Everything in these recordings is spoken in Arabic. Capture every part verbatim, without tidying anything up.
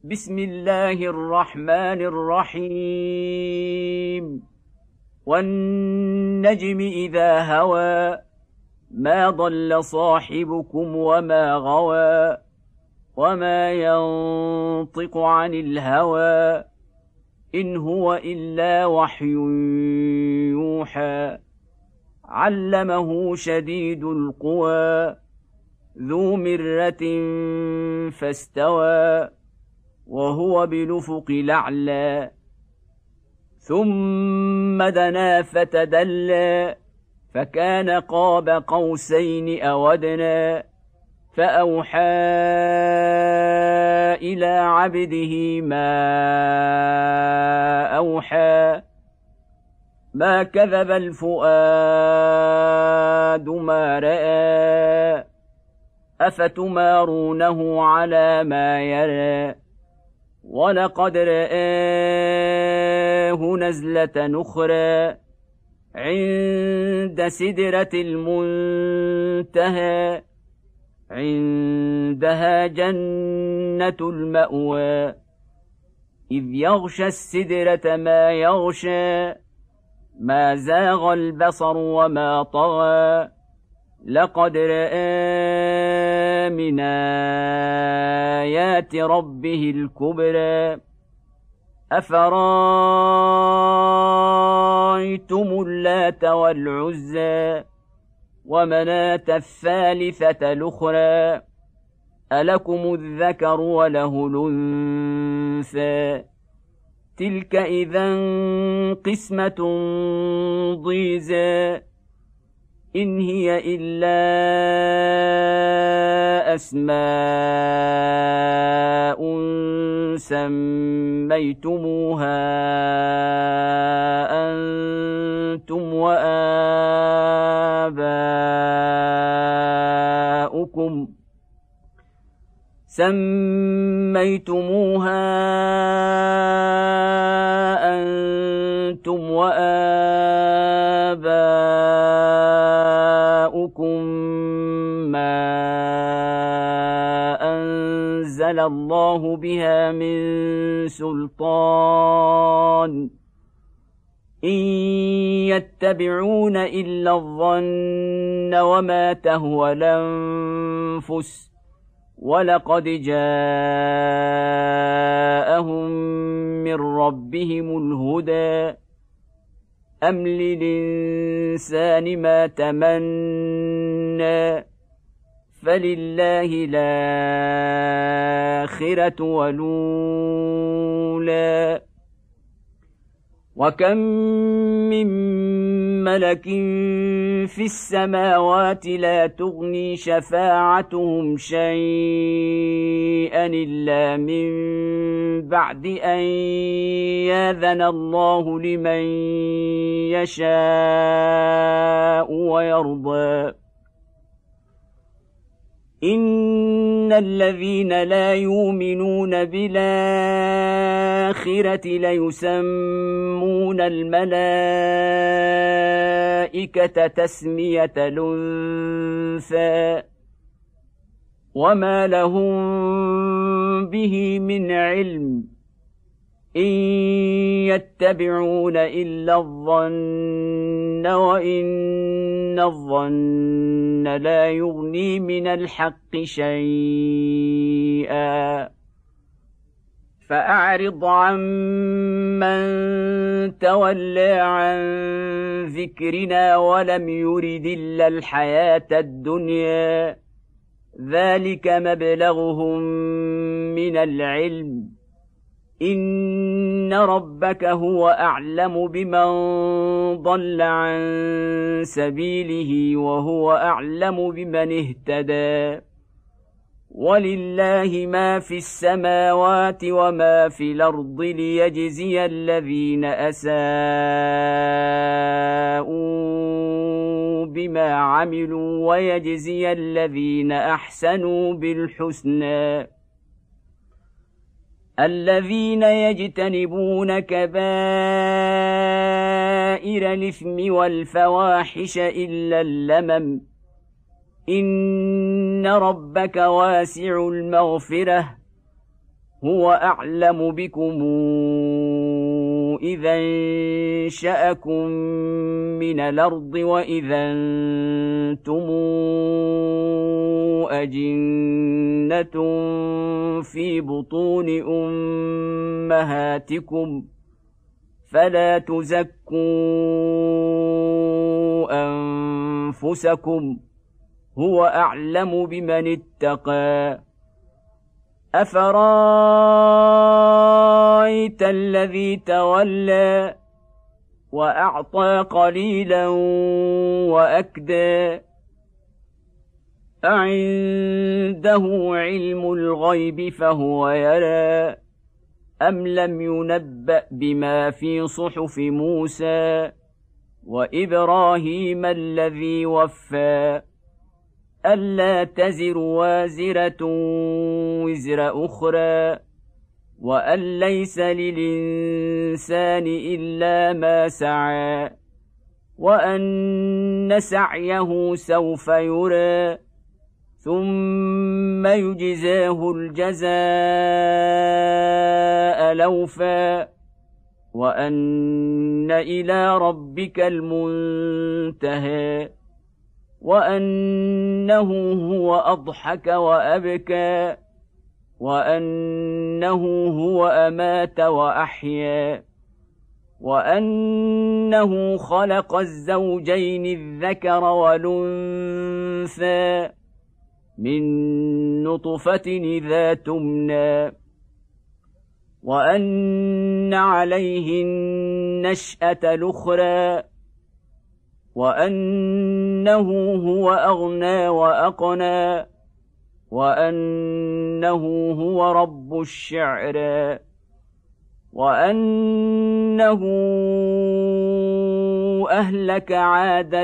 بسم الله الرحمن الرحيم والنجم إذا هوى ما ضل صاحبكم وما غوى وما ينطق عن الهوى إن هو إلا وحي يوحى علمه شديد القوى ذو مرة فاستوى وهو بالأفق الأعلى ثم دنا فتدلى فكان قاب قوسين أو أدنى فأوحى إلى عبده ما أوحى ما كذب الفؤاد ما رأى أفتمارونه على ما يرى ولقد رآه نزلة أخرى عند سدرة المنتهى عندها جنة المأوى إذ يغشى السدرة ما يغشى ما زاغ البصر وما طغى لقد رأى من آيات ربه الكبرى أفرأيتم اللات والعزى ومناة الثالثة الأخرى ألكم الذكر وله الأنثى تلك إذا قسمة ضيزى إن هي إلا أسماء سميتموها أنتم وآباؤكم سميتموها أنتم وآباؤكم ما أنزل الله بها من سلطان إن يتبعون إلا الظن وما تهوى الأنفس ولقد جاءهم من ربهم الهدى أم للإنسان ما تمنى فلله الآخرة والأولى وكم من ملك في السماوات لا تغني شفاعتهم شيئا إلا من بعد أن يأذن الله لمن يشاء ويرضى إن الذين لا يؤمنون بالآخرة ليسمون الملائكة تسمية الأنثى وما لهم به من علم إن يتبعون إلا الظن وإن الظن لا يغني من الحق شيئا فأعرض عن من تولى عن ذكرنا ولم يرد إلا الحياة الدنيا ذلك مبلغهم من العلم إن ربك هو أعلم بمن ضل عن سبيله وهو أعلم بمن اهتدى ولله ما في السماوات وما في الأرض ليجزي الذين أساءوا بما عملوا ويجزي الذين أحسنوا بالحسنى الذين يجتنبون كبائر الإثم والفواحش إلا اللمم إن ربك واسع المغفرة هو أعلم بكم إذا انشأكم من الأرض وإذا أنتم أجنة في بطون أمهاتكم فلا تزكوا أنفسكم هو أعلم بمن اتقى أفرأيت الذي تولى وأعطى قليلا وأكدى أعنده علم الغيب فهو يرى أم لم ينبأ بما في صحف موسى وإبراهيم الذي وفى ألا تزر وازرة وزر أخرى وأن ليس للإنسان إلا ما سعى وأن سعيه سوف يرى ثم يجزاه الجزاء الأوفى وأن إلى ربك المنتهى وأنه هو أضحك وأبكى وأنه هو أمات وأحيا وأنه خلق الزوجين الذكر والأنثى من نطفة إذا تمنى وأن عليه النشأة الأخرى وأنه هو أغنى وأقنى وأنه هو رب الشعرى وأنه أهلك عادا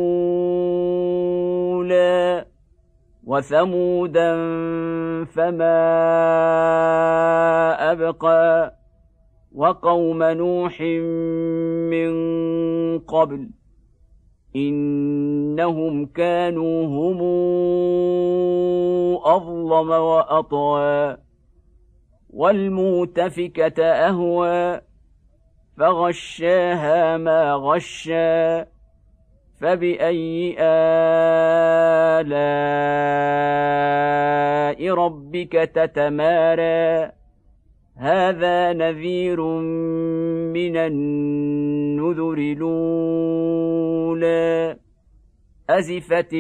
الأولى وثمودا فما أبقى وقوم نوح من قبل إنهم كانوا هم أظلم وأطغى والمؤتفكة أهوى فغشاها ما غشى فبأي آلاء ربك تتمارى هذا نذير من النذر الأولى أزفت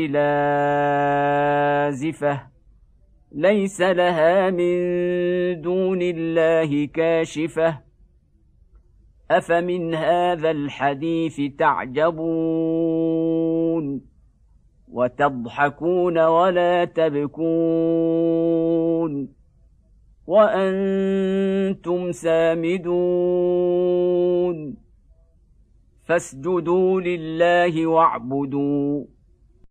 لازفة ليس لها من دون الله كاشفة أفمن هذا الحديث تعجبون وتضحكون ولا تبكون وأنتم سامدون فاسجدوا لله واعبدوا